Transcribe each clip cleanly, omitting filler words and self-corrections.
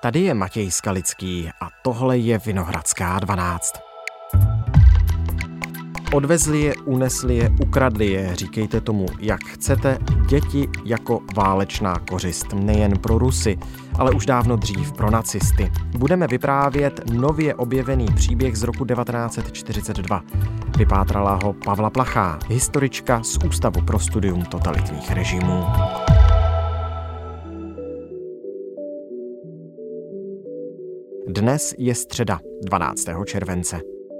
Tady je Matěj Skalický a tohle je Vinohradská 12. Odvezli je, unesli je, ukradli je, říkejte tomu, jak chcete, děti jako válečná kořist, nejen pro Rusy, ale už dávno dřív pro nacisty. Budeme vyprávět nově objevený příběh z roku 1942. Vypátrala ho Pavla Plachá, historička z Ústavu pro studium totalitních režimů. Dnes je středa, 12. července.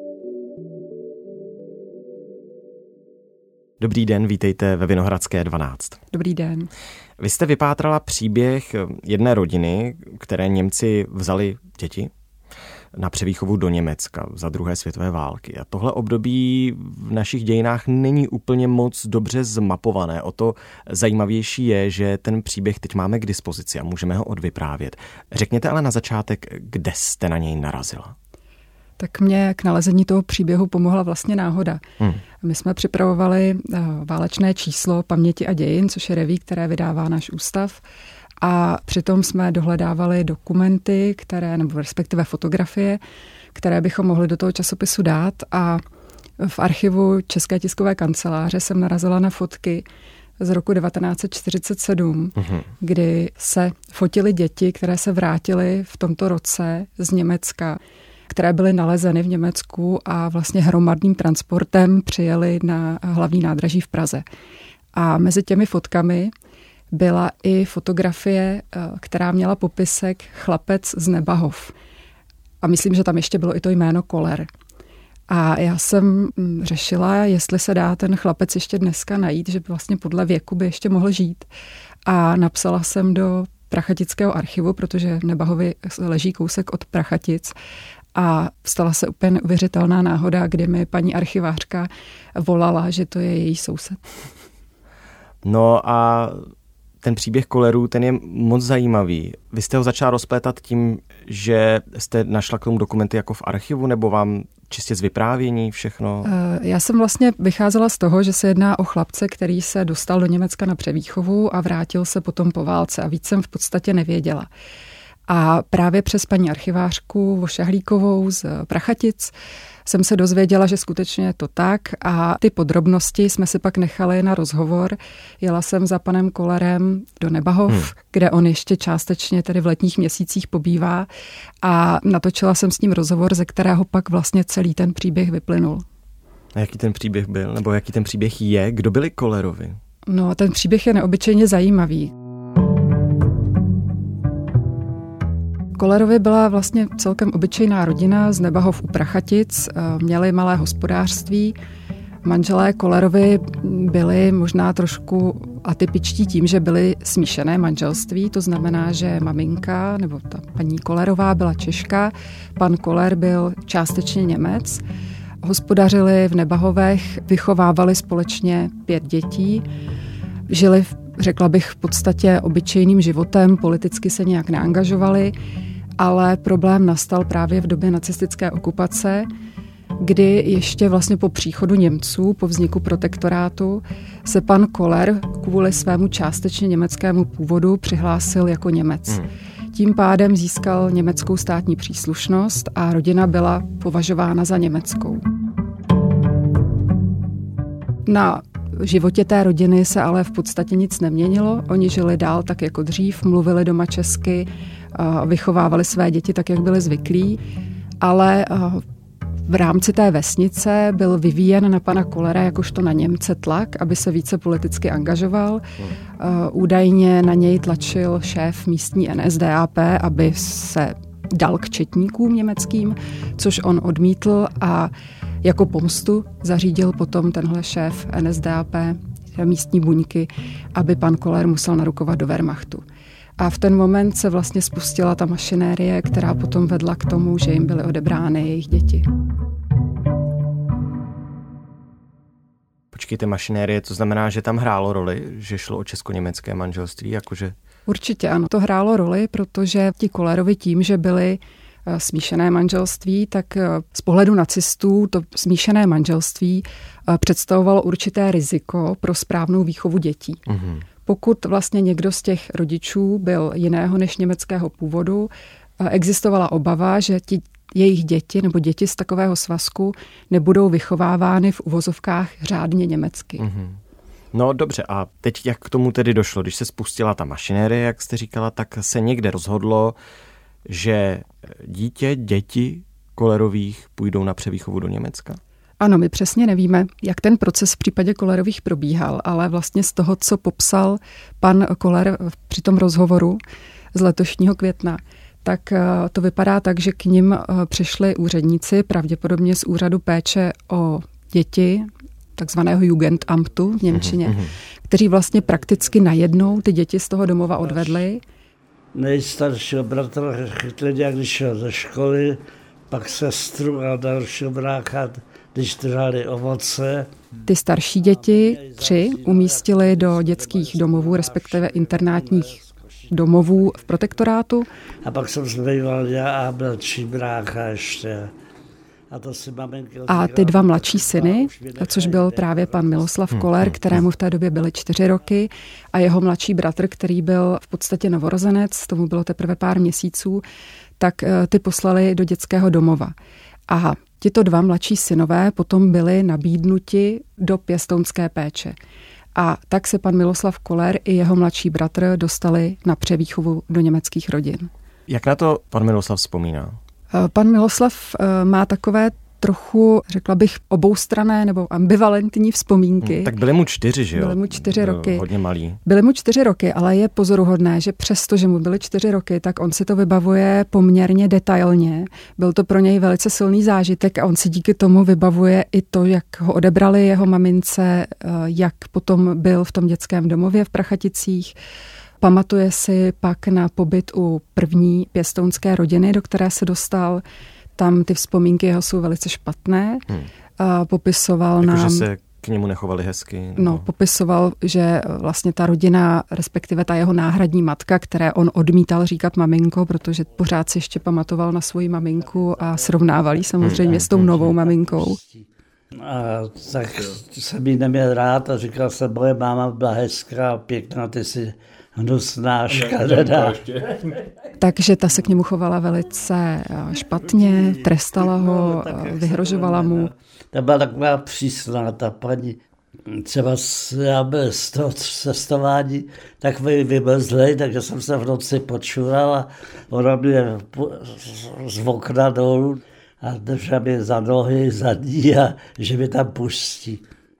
Dobrý den, vítejte ve Vinohradské 12. Dobrý den. Vy jste vypátrala příběh jedné rodiny, které Němci vzali děti na převýchovu do Německa za druhé světové války. A tohle období v našich dějinách není úplně moc dobře zmapované. O to zajímavější je, že ten příběh teď máme k dispozici a můžeme ho odvyprávět. Řekněte ale na začátek, kde jste na něj narazila. Tak mě k nalezení toho příběhu pomohla vlastně náhoda. My jsme připravovali válečné číslo Paměti a dějin, což je reví, které vydává náš ústav. A přitom jsme dohledávali dokumenty, nebo respektive fotografie, které bychom mohli do toho časopisu dát. A v archivu České tiskové kanceláře jsem narazila na fotky z roku 1947, kdy se fotily děti, které se vrátily v tomto roce z Německa, které byly nalezeny v Německu a vlastně hromadným transportem přijeli na hlavní nádraží v Praze. A mezi těmi fotkami byla i fotografie, která měla popisek Chlapec z Nebahov. A myslím, že tam ještě bylo i to jméno Koller. A já jsem řešila, jestli se dá ten chlapec ještě dneska najít, že vlastně podle věku by ještě mohl žít. A napsala jsem do Prachatického archivu, protože Nebahovy leží kousek od Prachatic. A stala se úplně neuvěřitelná náhoda, kdy mi paní archivářka volala, že to je její soused. No a ten příběh Kollerů, ten je moc zajímavý. Vy jste ho začala rozplétat tím, že jste našla k tomu dokumenty jako v archivu, nebo vám čistě z vyprávění všechno? Já jsem vlastně vycházela z toho, že se jedná o chlapce, který se dostal do Německa na převýchovu a vrátil se potom po válce a víc jsem v podstatě nevěděla. A právě přes paní archivářku Vošahlíkovou z Prachatic jsem se dozvěděla, že skutečně je to tak a ty podrobnosti jsme si pak nechali na rozhovor. Jela jsem za panem Kollerem do Nebahov, kde on ještě částečně tedy v letních měsících pobývá a natočila jsem s ním rozhovor, ze kterého pak vlastně celý ten příběh vyplynul. A jaký ten příběh byl? Nebo jaký ten příběh je? Kdo byli Kollerovi? No, ten příběh je neobyčejně zajímavý. Kollerovi byla vlastně celkem obyčejná rodina z Nebahov u Prachatic, měli malé hospodářství. Manželé Kollerovi byli možná trošku atypičtí tím, že byli smíšené manželství, to znamená, že maminka nebo ta paní Kollerová byla Češka, pan Koller byl částečně Němec. Hospodařili v Nebahovech, vychovávali společně 5 dětí, žili řekla bych v podstatě obyčejným životem, politicky se nějak neangažovali, ale problém nastal právě v době nacistické okupace, kdy ještě vlastně po příchodu Němců, po vzniku protektorátu, se pan Koller kvůli svému částečně německému původu přihlásil jako Němec. Tím pádem získal německou státní příslušnost a rodina byla považována za německou. Na životě té rodiny se ale v podstatě nic neměnilo. Oni žili dál tak jako dřív, mluvili doma česky, vychovávali své děti tak, jak byli zvyklí, ale v rámci té vesnice byl vyvíjen na pana Kollera jakožto na Němce tlak, aby se více politicky angažoval. Údajně na něj tlačil šéf místní NSDAP, aby se dal k četníkům německým, což on odmítl a jako pomstu zařídil potom tenhle šéf NSDAP, místní buňky, aby pan Koller musel narukovat do Wehrmachtu. A v ten moment se vlastně spustila ta mašinérie, která potom vedla k tomu, že jim byly odebrány jejich děti. Počkejte, mašinérie, to znamená, že tam hrálo roli, že šlo o česko-německé manželství, jakože? Určitě ano, to hrálo roli, protože ti Kollerovi tím, že byli smíšené manželství, tak z pohledu nacistů to smíšené manželství představovalo určité riziko pro správnou výchovu dětí. Pokud vlastně někdo z těch rodičů byl jiného než německého původu, existovala obava, že jejich děti nebo děti z takového svazku nebudou vychovávány v uvozovkách řádně německy. Mm-hmm. No dobře, a teď jak k tomu tedy došlo? Když se spustila ta mašinérie, jak jste říkala, tak se někde rozhodlo, že děti Kollerových půjdou na převýchovu do Německa? Ano, my přesně nevíme, jak ten proces v případě Kollerových probíhal, ale vlastně z toho, co popsal pan Koller při tom rozhovoru z letošního května, tak to vypadá tak, že k nim přišli úředníci, pravděpodobně z úřadu péče o děti, takzvaného Jugendamtu v němčině, kteří vlastně prakticky najednou ty děti z toho domova odvedli. Nejstaršího bratra chytli nějak, když šel ze školy, pak sestru a dalšího brácha, když trhali ovoce. Ty starší děti, 3, umístili do dětských domovů, respektive internátních domovů v protektorátu. A pak jsem zbýval já a mladší brácha ještě. A ty 2 mladší syny, což byl právě pan Miloslav Koller, kterému v té době byly 4 roky, a jeho mladší bratr, který byl v podstatě novorozenec, tomu bylo teprve pár měsíců, tak ty poslali do dětského domova. A tito 2 mladší synové potom byli nabídnuti do pěstounské péče. A tak se pan Miloslav Koller i jeho mladší bratr dostali na převýchovu do německých rodin. Jak na to pan Miloslav vzpomíná? Pan Miloslav má takové trochu, řekla bych, oboustranné nebo ambivalentní vzpomínky. Tak byly mu 4, že jo? Byly mu 4 roky. Hodně malý. Byly mu 4 roky, ale je pozoruhodné, že přesto, že mu byly 4 roky, tak on si to vybavuje poměrně detailně. Byl to pro něj velice silný zážitek a on si díky tomu vybavuje i to, jak ho odebrali jeho mamince, jak potom byl v tom dětském domově v Prachaticích. Pamatuje si pak na pobyt u první pěstounské rodiny, do které se dostal. Tam ty vzpomínky jeho jsou velice špatné. A popisoval nám... Že se k němu nechovali hezky? Nebo... No, popisoval, že vlastně ta rodina, respektive ta jeho náhradní matka, které on odmítal říkat maminko, protože pořád si ještě pamatoval na svoji maminku a srovnával ji samozřejmě s tou novou maminkou. A tak jsem jí neměl rád a říkal jsem, moje máma byla hezká, pěkná, ty si hnusná, škaredá. Takže ta se k němu chovala velice špatně, trestala ho, vyhrožovala mu. Ta byla taková přísná, ta paní. Třeba já byl z toho cestování takový vymrzlej, takže jsem se v noci počural a ona mě z okna dolů a držela mě za nohy, za ní a že mě tam pustí.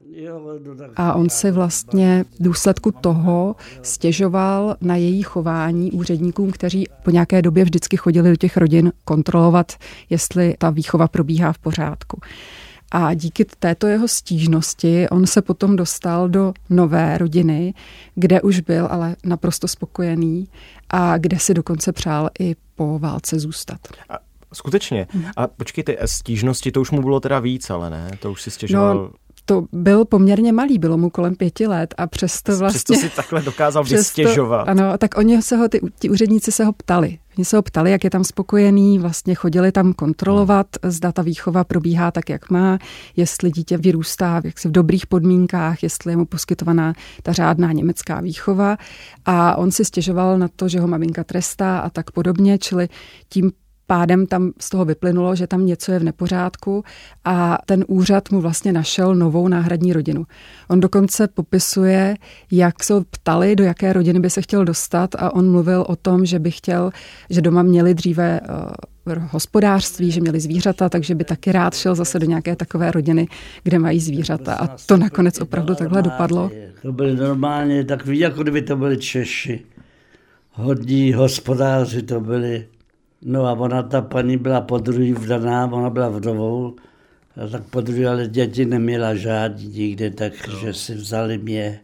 A on si vlastně v důsledku toho stěžoval na její chování úředníkům, kteří po nějaké době vždycky chodili do těch rodin kontrolovat, jestli ta výchova probíhá v pořádku. A díky této jeho stížnosti on se potom dostal do nové rodiny, kde už byl ale naprosto spokojený a kde si dokonce přál i po válce zůstat. A skutečně. A počkejte, stížnosti to už mu bylo teda víc, ale ne? To už si stěžoval... No, to byl poměrně malý, bylo mu kolem 5 let a přesto vlastně... Přesto si takhle dokázal vystěžovat. Ano, tak ti úředníci se ho ptali. Oni se ho ptali, jak je tam spokojený, vlastně chodili tam kontrolovat, zda ta výchova probíhá tak, jak má, jestli dítě vyrůstá v dobrých podmínkách, jestli je mu poskytovaná ta řádná německá výchova. A on si stěžoval na to, že ho maminka trestá a tak podobně, čili tím pádem tam z toho vyplynulo, že tam něco je v nepořádku a ten úřad mu vlastně našel novou náhradní rodinu. On dokonce popisuje, jak se ptali, do jaké rodiny by se chtěl dostat a on mluvil o tom, že by chtěl, že doma měli dříve hospodářství, že měli zvířata, takže by taky rád šel zase do nějaké takové rodiny, kde mají zvířata. A to nakonec opravdu takhle dopadlo. To byly normálně takový, jako kdyby to byli Češi. Hodní hospodáři to byli. No a ona, ta paní byla podruhý vdaná, ona byla vdovou, a tak podruhý, ale děti neměla žádný nikde, takže si vzali mě.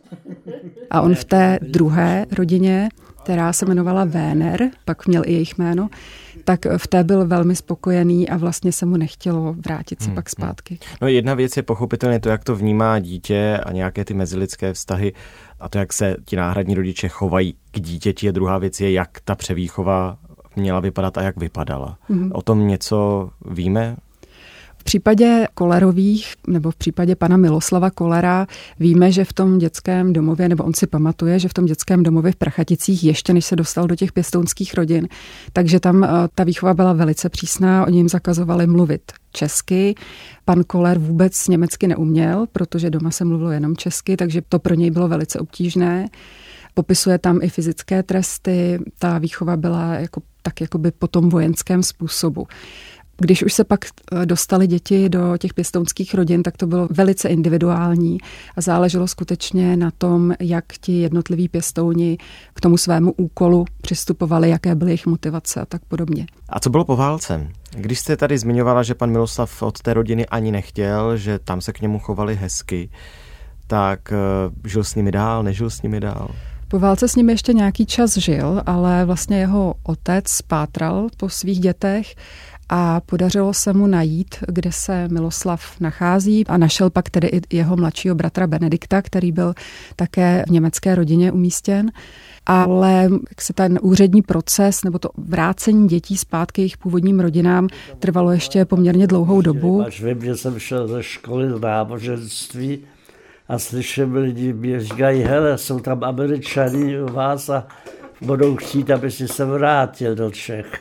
A on v té druhé rodině, která se jmenovala Véner, pak měl i jejich jméno, tak v té byl velmi spokojený a vlastně se mu nechtělo vrátit se pak zpátky. No jedna věc je pochopitelně to, jak to vnímá dítě a nějaké ty mezilidské vztahy a to, jak se ti náhradní rodiče chovají k dítěti. A druhá věc je, jak ta převýchova měla vypadat a jak vypadala. O tom něco víme? případě Kolerových, nebo v případě pana Miloslava Kolera, víme, že v tom dětském domově, nebo on si pamatuje, že v tom dětském domově v Prachaticích, ještě než se dostal do těch pěstounských rodin, takže tam ta výchova byla velice přísná, oni jim zakazovali mluvit česky. Pan Koller vůbec německy neuměl, protože doma se mluvilo jenom česky, takže to pro něj bylo velice obtížné. Popisuje tam i fyzické tresty, ta výchova byla tak jakoby po tom vojenském způsobu. Když už se pak dostali děti do těch pěstounských rodin, tak to bylo velice individuální a záleželo skutečně na tom, jak ti jednotliví pěstouni k tomu svému úkolu přistupovali, jaké byly jejich motivace a tak podobně. A co bylo po válce? Když jste tady zmiňovala, že pan Miloslav od té rodiny ani nechtěl, že tam se k němu chovali hezky, tak žil s nimi dál, nežil s nimi dál? Po válce s nimi ještě nějaký čas žil, ale vlastně jeho otec pátral po svých dětech a podařilo se mu najít, kde se Miloslav nachází a našel pak tedy i jeho mladšího bratra Benedikta, který byl také v německé rodině umístěn. Ale jak se ten úřední proces nebo to vrácení dětí zpátky jejich původním rodinám trvalo ještě poměrně dlouhou dobu. Až vím, že jsem šel ze školy do náboženství a slyším lidi, mě říkají, hele, jsou tam Američani u vás a budou chtít, aby si se vrátil do Čech.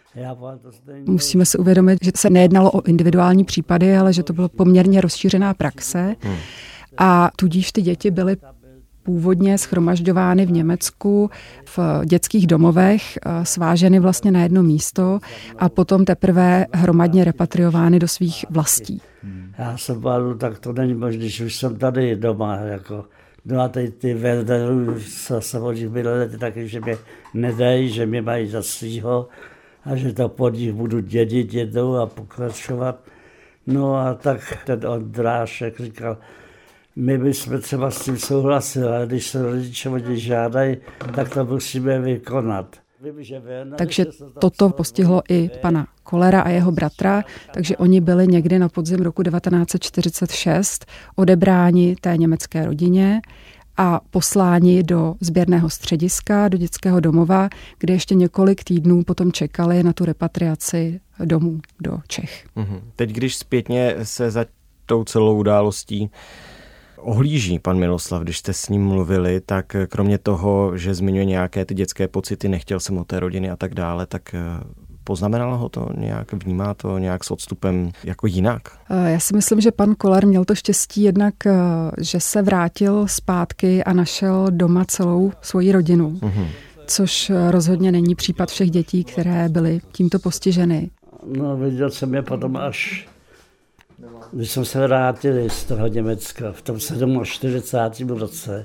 Musíme si uvědomit, že se nejednalo o individuální případy, ale že to byla poměrně rozšířená praxe a tudíž ty děti byly původně shromažďovány v Německu v dětských domovech, sváženy vlastně na jedno místo a potom teprve hromadně repatriovány do svých vlastí. Já jsem bálu, tak to není možné, když už jsem tady doma. No a ty Werderů, co jsem od nich bydlel, taky, že mě nedají, že mě mají za svýho a že to pod nich budu dědit jednou a pokračovat. No a tak ten Ondrášek říkal, my bychom třeba s tím souhlasili, ale když se rodiče od nich žádají, tak to musíme vykonat. Takže toto postihlo i pana Kolera a jeho bratra, takže oni byli někdy na podzim roku 1946 odebráni té německé rodině a posláni do sběrného střediska, do dětského domova, kde ještě několik týdnů potom čekali na tu repatriaci domů do Čech. Teď, když zpětně se za tou celou událostí ohlíží pan Miloslav, když jste s ním mluvili, tak kromě toho, že zmiňuje nějaké ty dětské pocity, nechtěl jsem od té rodiny a tak dále, tak poznamenalo ho to nějak, vnímá to nějak s odstupem jako jinak? Já si myslím, že pan Koller měl to štěstí jednak, že se vrátil zpátky a našel doma celou svoji rodinu, což rozhodně není případ všech dětí, které byly tímto postiženy. No, viděl jsem je potom až když jsme se vrátili z toho Německa v tom 47. roce.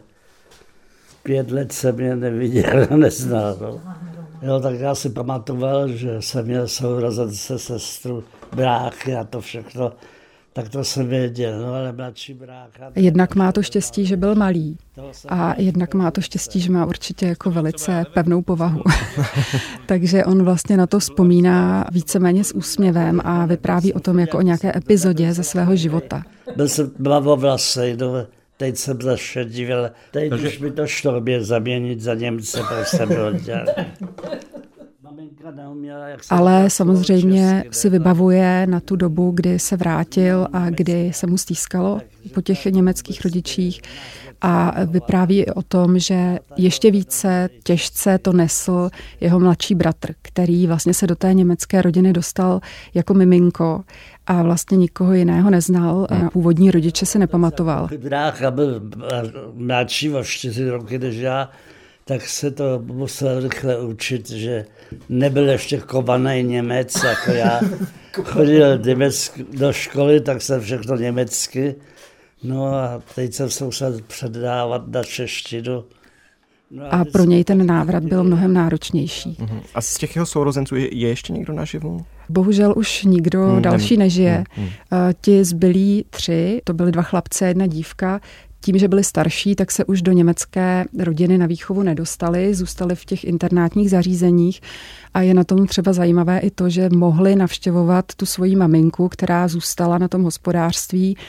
5 let jsem je neviděl, neznal. No. Jo, tak já si pamatoval, že jsem měl sourozence, sestru, bráchy a to všechno. Tak to jsem věděl, no ale mladší brácha... Jednak má to štěstí, že byl malý a jednak má to štěstí, že má určitě jako velice pevnou povahu. Takže on vlastně na to vzpomíná víceméně s úsměvem a vypráví o tom jako o nějaké epizodě ze svého života. Byl jsem mlavovlasej, no, teď jsem zašedivil, teď už mi to šlo mě zaměnit za Němce, protože jsem byl dělal. Ale samozřejmě si vybavuje na tu dobu, kdy se vrátil a kdy se mu stýskalo po těch německých rodičích a vypráví o tom, že ještě více těžce to nesl jeho mladší bratr, který vlastně se do té německé rodiny dostal jako miminko a vlastně nikoho jiného neznal a původní rodiče se nepamatoval. Brácha byl mladší o 4 roky než já, tak se to musel rychle učit, že nebyl ještě kovaný Němec, jako já. Chodil do školy, tak jsem všechno německy. No a teď jsem se musel předávat na češtinu. No a pro něj ten návrat byl mnohem náročnější. A z těch jeho sourozenců je ještě někdo naživu? Bohužel už nikdo další nežije. Ti zbylí 3, to byly 2 chlapci a 1 dívka, tím, že byli starší, tak se už do německé rodiny na výchovu nedostali, zůstali v těch internátních zařízeních a je na tom třeba zajímavé i to, že mohli navštěvovat tu svoji maminku, která zůstala na tom hospodářství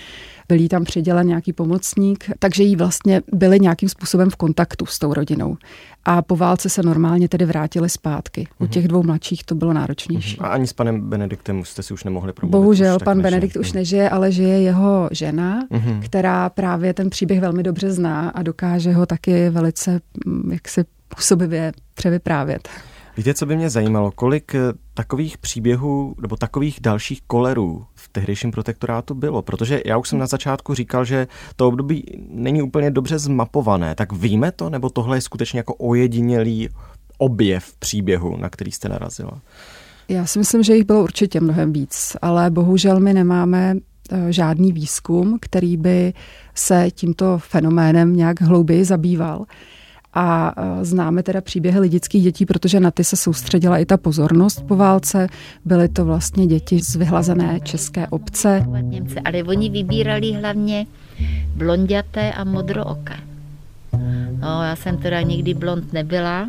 byl jí tam přidělen nějaký pomocník, takže jí vlastně byli nějakým způsobem v kontaktu s tou rodinou. A po válce se normálně tedy vrátili zpátky. U těch dvou mladších to bylo náročnější. A ani s panem Benediktem jste si už nemohli promluvit? Bohužel pan Benedikt už nežije, ale žije jeho žena, která právě ten příběh velmi dobře zná a dokáže ho taky velice jaksi působivě převyprávět. Víte, co by mě zajímalo? Kolik takových příběhů nebo takových dalších kolerů v tehdejším protektorátu bylo? Protože já už jsem na začátku říkal, že to období není úplně dobře zmapované. Tak víme to? Nebo tohle je skutečně jako ojedinělý objev příběhu, na který jste narazila? Já si myslím, že jich bylo určitě mnohem víc, ale bohužel my nemáme žádný výzkum, který by se tímto fenoménem nějak hlouběji zabýval. A známe teda příběhy lidických dětí, protože na ty se soustředila i ta pozornost po válce. Byly to vlastně děti z vyhlazené české obce. Ale oni vybírali hlavně blonďaté a modrooké. No, já jsem teda nikdy blond nebyla.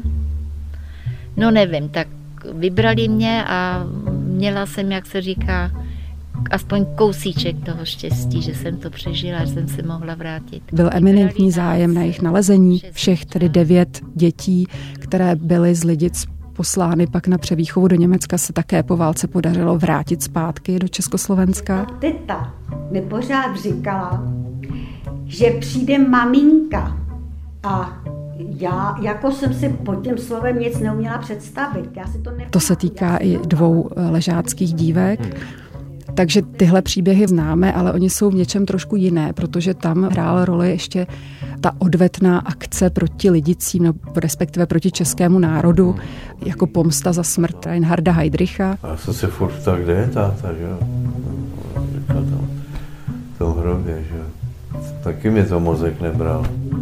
No nevím, tak vybrali mě a měla jsem, jak se říká, aspoň kousíček toho štěstí, že jsem to přežila, že jsem se mohla vrátit. Byl eminentní zájem na jejich nalezení, všech tedy 9 dětí, které byly z Lidic poslány pak na převýchovu do Německa, se také po válce podařilo vrátit zpátky do Československa. Teta mi pořád říkala, že přijde maminka a já jako jsem si pod tím slovem nic neuměla představit. To se týká i 2 ležáckých dívek. Takže tyhle příběhy známe, ale oni jsou v něčem trošku jiné, protože tam hrála roli ještě ta odvetná akce proti Lidicím, nebo respektive proti českému národu, jako pomsta za smrt Reinharda Heydricha. A já jsem se furt ptal, kde je táta, že jo? Říkal tam v tom hrobě, že jo? Taky mě to mozek nebral.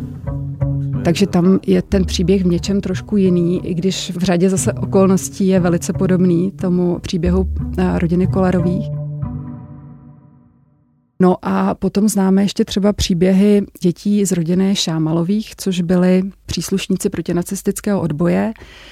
Takže tam je ten příběh v něčem trošku jiný, i když v řadě zase okolností je velice podobný tomu příběhu rodiny Kolerových. No a potom známe ještě třeba příběhy dětí z rodiny Šámalových, což byli příslušníci protinacistického odboje,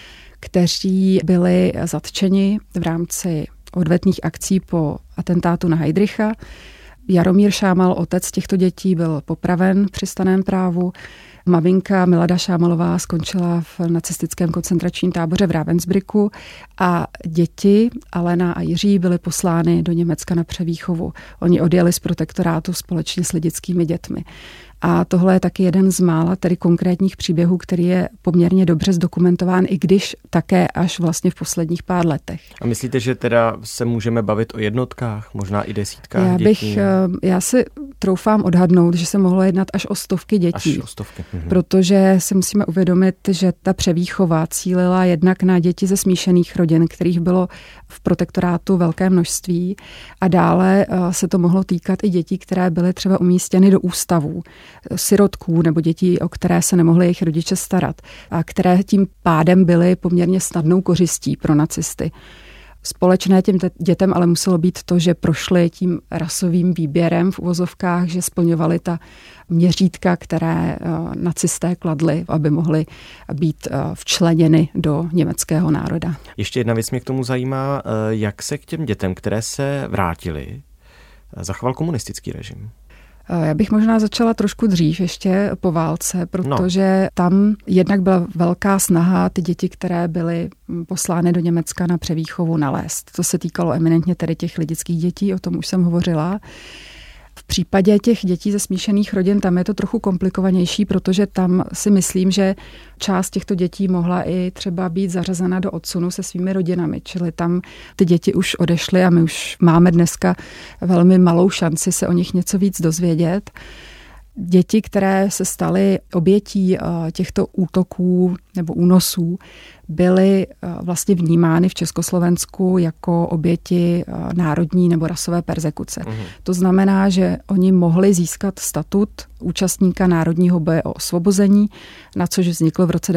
kteří byli zatčeni v rámci odvetných akcí po atentátu na Heydricha. Jaromír Šámal, otec těchto dětí, byl popraven při staném právu. Maminka Milada Šámalová skončila v nacistickém koncentračním táboře v Ravensbrücku a děti Alena a Jiří byly poslány do Německa na převýchovu. Oni odjeli z protektorátu společně s lidickými dětmi. A tohle je taky jeden z mála tedy konkrétních příběhů, který je poměrně dobře zdokumentován, i když také až vlastně v posledních pár letech. A myslíte, že teda se můžeme bavit o jednotkách, možná i desítkách dětí? Já si troufám odhadnout, že se mohlo jednat až o stovky dětí. Až o stovky. Protože si musíme uvědomit, že ta převýchova cílila jednak na děti ze smíšených rodin, kterých bylo v protektorátu velké množství, a dále se to mohlo týkat i dětí, které byly třeba umístěny do ústavů, sirotků nebo dětí, o které se nemohli jejich rodiče starat a které tím pádem byly poměrně snadnou kořistí pro nacisty. Společné těm dětem ale muselo být to, že prošly tím rasovým výběrem v uvozovkách, že splňovaly ta měřítka, které nacisté kladli, aby mohly být včleněny do německého národa. Ještě jedna věc mě k tomu zajímá, jak se k těm dětem, které se vrátily, zachoval komunistický režim. Já bych možná začala trošku dřív ještě po válce, protože tam jednak byla velká snaha ty děti, které byly poslány do Německa na převýchovu, nalézt. To se týkalo eminentně tedy těch lidických dětí, o tom už jsem hovořila. V případě těch dětí ze smíšených rodin tam je to trochu komplikovanější, protože tam si myslím, že část těchto dětí mohla i třeba být zařazena do odsunu se svými rodinami, čili tam ty děti už odešly a my už máme dneska velmi malou šanci se o nich něco víc dozvědět. Děti, které se staly obětí těchto útoků nebo únosů, byly vlastně vnímány v Československu jako oběti národní nebo rasové perzekuce. To znamená, že oni mohli získat statut účastníka národního boje o osvobození, na což vznikl v roce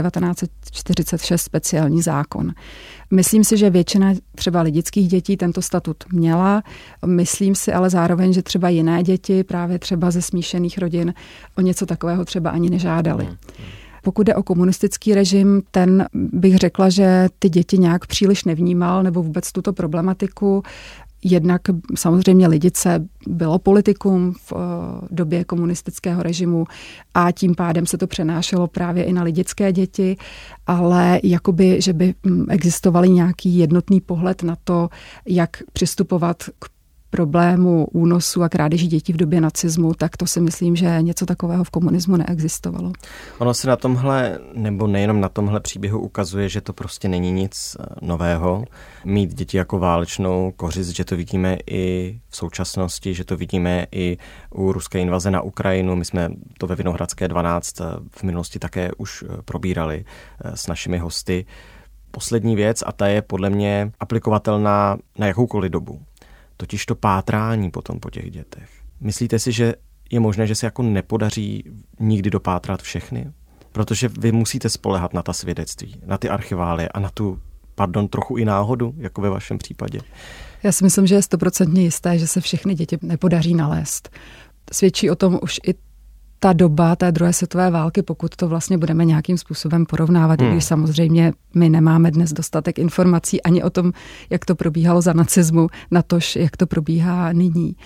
1946 speciální zákon. Myslím si, že většina třeba lidických dětí tento statut měla. Myslím si ale zároveň, že třeba jiné děti, právě třeba ze smíšených rodin, o něco takového třeba ani nežádali. Pokud jde o komunistický režim, ten bych řekla, že ty děti nějak příliš nevnímal nebo vůbec tuto problematiku. jednak samozřejmě Lidice bylo politikum v době komunistického režimu a tím pádem se to přenášelo právě i na lidické děti, ale jakoby, že by existoval nějaký jednotný pohled na to, jak přistupovat k problému únosu a krádeží dětí v době nacismu, tak to si myslím, že něco takového v komunismu neexistovalo. Ono se na tomhle, nebo nejenom na tomhle příběhu ukazuje, že to prostě není nic nového. Mít děti jako válečnou kořist, že to vidíme i v současnosti, že to vidíme i u ruské invaze na Ukrajinu. My jsme to ve Vinohradské 12 v minulosti také už probírali s našimi hosty. Poslední věc, a ta je podle mě aplikovatelná na jakoukoliv dobu. Totiž to pátrání potom po těch dětech. Myslíte si, že je možné, že se jako nepodaří nikdy dopátrat všechny? Protože vy musíte spoléhat na ta svědectví, na ty archiválie a na tu, trochu i náhodu, jako ve vašem případě. Já si myslím, že je 100% jisté, že se všechny děti nepodaří nalézt. Svědčí o tom už i ta doba té druhé světové války, pokud to vlastně budeme nějakým způsobem porovnávat, když samozřejmě my nemáme dnes dostatek informací ani o tom, jak to probíhalo za nacismu, natož jak to probíhá nyní.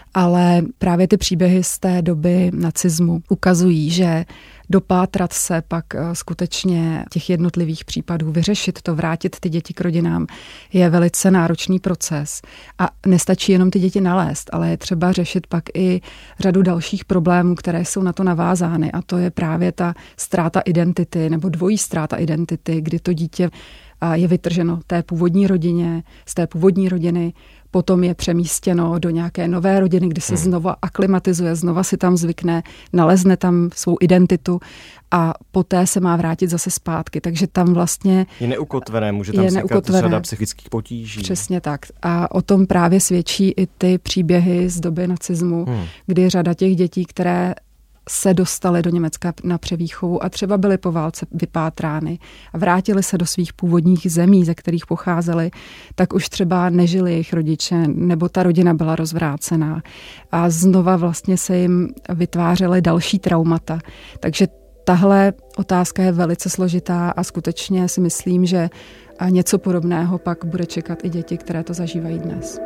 Ale právě ty příběhy z té doby nacismu ukazují, že dopátrat se pak skutečně těch jednotlivých případů, vyřešit to, vrátit ty děti k rodinám, je velice náročný proces. A nestačí jenom ty děti nalézt, ale je třeba řešit pak i řadu dalších problémů, které jsou na to navázány. A to je právě ta ztráta identity nebo dvojí ztráta identity, kdy to dítě je vytrženo té původní rodině, z té původní rodiny, potom je přemístěno do nějaké nové rodiny, kde se znova aklimatizuje, znova si tam zvykne, nalezne tam svou identitu a poté se má vrátit zase zpátky. Takže tam vlastně je neukotvené, může tam vznikat řada psychických potíží. Přesně tak. A o tom právě svědčí i ty příběhy z doby nacismu, kdy řada těch dětí, které se dostali do Německa na převýchovu a třeba byly po válce vypátrány a vrátili se do svých původních zemí, ze kterých pocházeli, tak už třeba nežili jejich rodiče, nebo ta rodina byla rozvrácená a znova vlastně se jim vytvářely další traumata. Takže tahle otázka je velice složitá a skutečně si myslím, že něco podobného pak bude čekat i děti, které to zažívají dnes.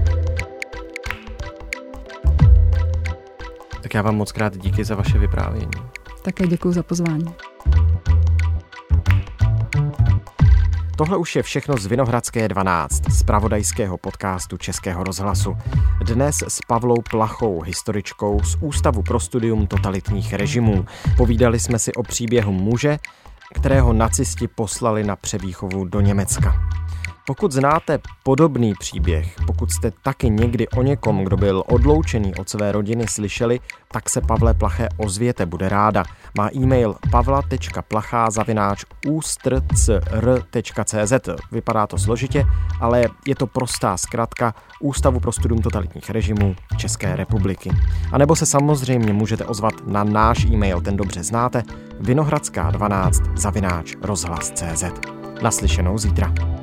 Tak já vám moc krát díky za vaše vyprávění. Také děkuji za pozvání. Tohle už je všechno z Vinohradské 12, z zpravodajského podcastu Českého rozhlasu. Dnes s Pavlou Plachou, historičkou z Ústavu pro studium totalitních režimů. Povídali jsme si o příběhu muže, kterého nacisti poslali na převýchovu do Německa. Pokud znáte podobný příběh, pokud jste taky někdy o někom, kdo byl odloučený od své rodiny, slyšeli, tak se Pavle Plaché ozvěte, bude ráda. Má e-mail pavla.placha@ústrcr.cz. Vypadá to složitě, ale je to prostá zkratka Ústavu pro studium totalitních režimů České republiky. A nebo se samozřejmě můžete ozvat na náš e-mail, ten dobře znáte, vinohradská12@rozhlas.cz. Naslyšenou zítra.